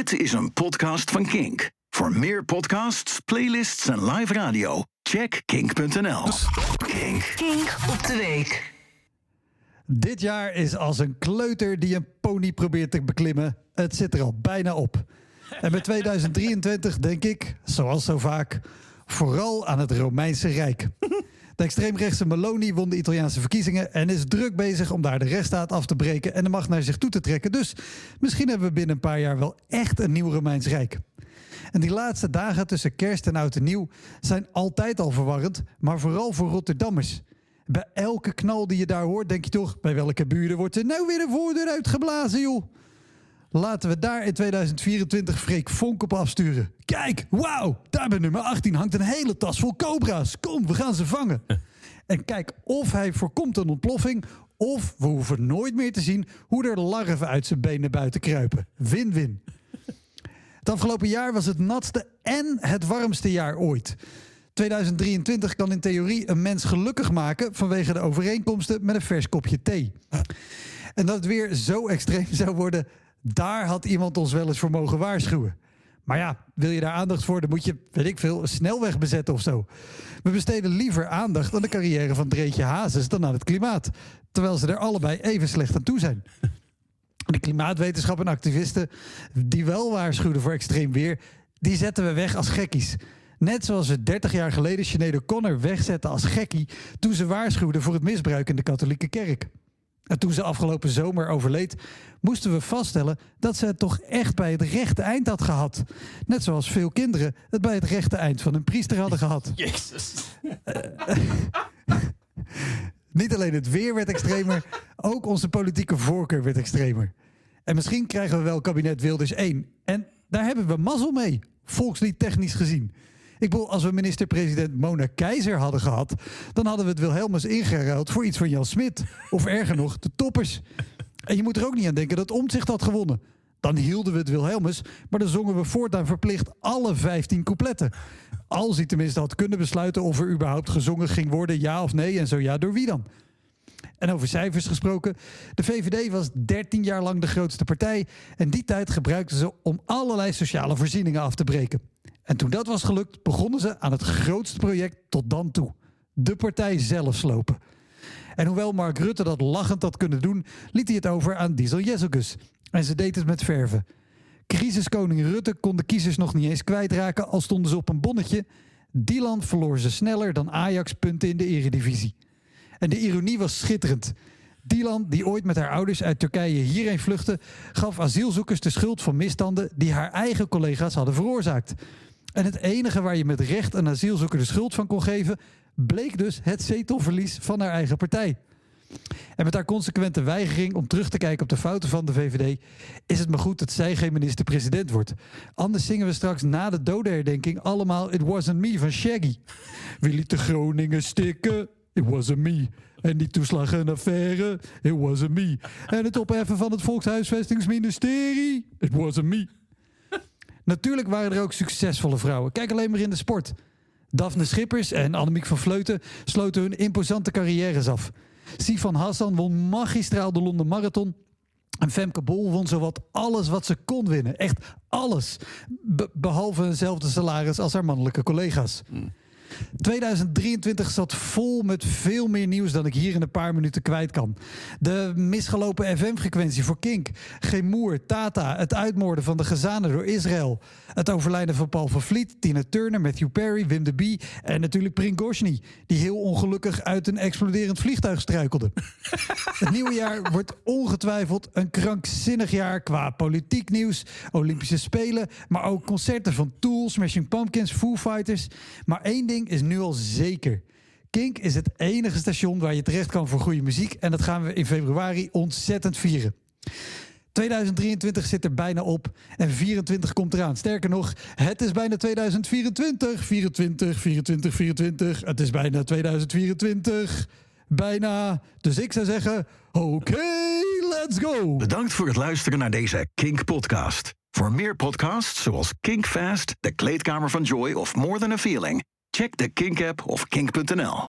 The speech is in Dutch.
Dit is een podcast van Kink. Voor meer podcasts, playlists en live radio, check kink.nl. Kink op de week. Dit jaar is als een kleuter die een pony probeert te beklimmen. Het zit er al bijna op. En met 2023 denk ik, zoals zo vaak, vooral aan het Romeinse Rijk. De extreemrechtse Meloni won de Italiaanse verkiezingen en is druk bezig om daar de rechtsstaat af te breken en de macht naar zich toe te trekken. Dus misschien hebben we binnen een paar jaar wel echt een nieuw Romeins Rijk. En die laatste dagen tussen kerst en oud en nieuw zijn altijd al verwarrend, maar vooral voor Rotterdammers. Bij elke knal die je daar hoort, denk je toch, bij welke buren wordt er nou weer een voordeur uitgeblazen, joh? Laten we daar in 2024 Freek Vonk op afsturen. Kijk, wauw, daar bij nummer 18 hangt een hele tas vol cobra's. Kom, we gaan ze vangen. En kijk of hij voorkomt een ontploffing, of we hoeven nooit meer te zien hoe er larven uit zijn benen buiten kruipen. Win-win. Het afgelopen jaar was het natste en het warmste jaar ooit. 2023 kan in theorie een mens gelukkig maken vanwege de overeenkomsten met een vers kopje thee. En dat het weer zo extreem zou worden, daar had iemand ons wel eens voor mogen waarschuwen. Maar ja, wil je daar aandacht voor, dan moet je, weet ik veel, een snelweg bezetten of zo. We besteden liever aandacht aan de carrière van Dreetje Hazes dan aan het klimaat. Terwijl ze er allebei even slecht aan toe zijn. De klimaatwetenschap en activisten die wel waarschuwden voor extreem weer, die zetten we weg als gekkies. Net zoals we 30 jaar geleden Sinead O'Connor wegzetten als gekkie toen ze waarschuwde voor het misbruik in de katholieke kerk. En toen ze afgelopen zomer overleed, moesten we vaststellen dat ze het toch echt bij het rechte eind had gehad. Net zoals veel kinderen het bij het rechte eind van hun priester hadden gehad. Jezus. Niet alleen het weer werd extremer, ook onze politieke voorkeur werd extremer. En misschien krijgen we wel kabinet Wilders 1. En daar hebben we mazzel mee, volkslied technisch gezien. Ik bedoel, als we minister-president Mona Keizer hadden gehad, dan hadden we het Wilhelmus ingeruild voor iets van Jan Smit. Of erger nog, de Toppers. En je moet er ook niet aan denken dat Omtzigt had gewonnen. Dan hielden we het Wilhelmus, maar dan zongen we voortaan verplicht alle 15 coupletten. Als hij tenminste had kunnen besluiten of er überhaupt gezongen ging worden, ja of nee, en zo ja, door wie dan? En over cijfers gesproken, de VVD was 13 jaar lang de grootste partij en die tijd gebruikten ze om allerlei sociale voorzieningen af te breken. En toen dat was gelukt, begonnen ze aan het grootste project tot dan toe. De partij zelf slopen. En hoewel Mark Rutte dat lachend had kunnen doen, liet hij het over aan Diesel Jezelgus. En ze deed het met verve. Crisiskoning Rutte kon de kiezers nog niet eens kwijtraken, al stonden ze op een bonnetje. Dylan verloor ze sneller dan Ajax punten in de eredivisie. En de ironie was schitterend. Dylan, die ooit met haar ouders uit Turkije hierheen vluchtte, gaf asielzoekers de schuld van misstanden die haar eigen collega's hadden veroorzaakt. En het enige waar je met recht een asielzoeker de schuld van kon geven, bleek dus het zetelverlies van haar eigen partij. En met haar consequente weigering om terug te kijken op de fouten van de VVD, is het maar goed dat zij geen minister-president wordt. Anders zingen we straks na de dodenherdenking allemaal It Wasn't Me van Shaggy. Wie liet de Groningen stikken? It wasn't me. En die toeslagenaffaire? It wasn't me. En het opheffen van het Volkshuisvestingsministerie? It wasn't me. Natuurlijk waren er ook succesvolle vrouwen. Kijk alleen maar in de sport. Daphne Schippers en Annemiek van Vleuten sloten hun imposante carrières af. Sifan Hassan won magistraal de Londen Marathon. En Femke Bol won zowat alles wat ze kon winnen. Echt alles. Behalve eenzelfde salaris als haar mannelijke collega's. 2023 zat vol met veel meer nieuws dan ik hier in een paar minuten kwijt kan. De misgelopen FM-frequentie voor Kink. Gemoer, Tata, het uitmoorden van de Gezanen door Israël. Het overlijden van Paul van Vliet, Tina Turner, Matthew Perry, Wim de Bie en natuurlijk Prigozhin, die heel ongelukkig uit een exploderend vliegtuig struikelde. Het nieuwe jaar wordt ongetwijfeld een krankzinnig jaar qua politiek nieuws, Olympische Spelen, maar ook concerten van Tool, Smashing Pumpkins, Foo Fighters. Maar één ding is nu al zeker. Kink is het enige station waar je terecht kan voor goede muziek en dat gaan we in februari ontzettend vieren. 2023 zit er bijna op en 24 komt eraan. Sterker nog, het is bijna 2024. 24. Het is bijna 2024. Bijna. Dus ik zou zeggen, oké, let's go. Bedankt voor het luisteren naar deze Kink-podcast. Voor meer podcasts zoals Kink Fast, De Kleedkamer van Joy of More Than a Feeling, check de Kink-app of kink.nl.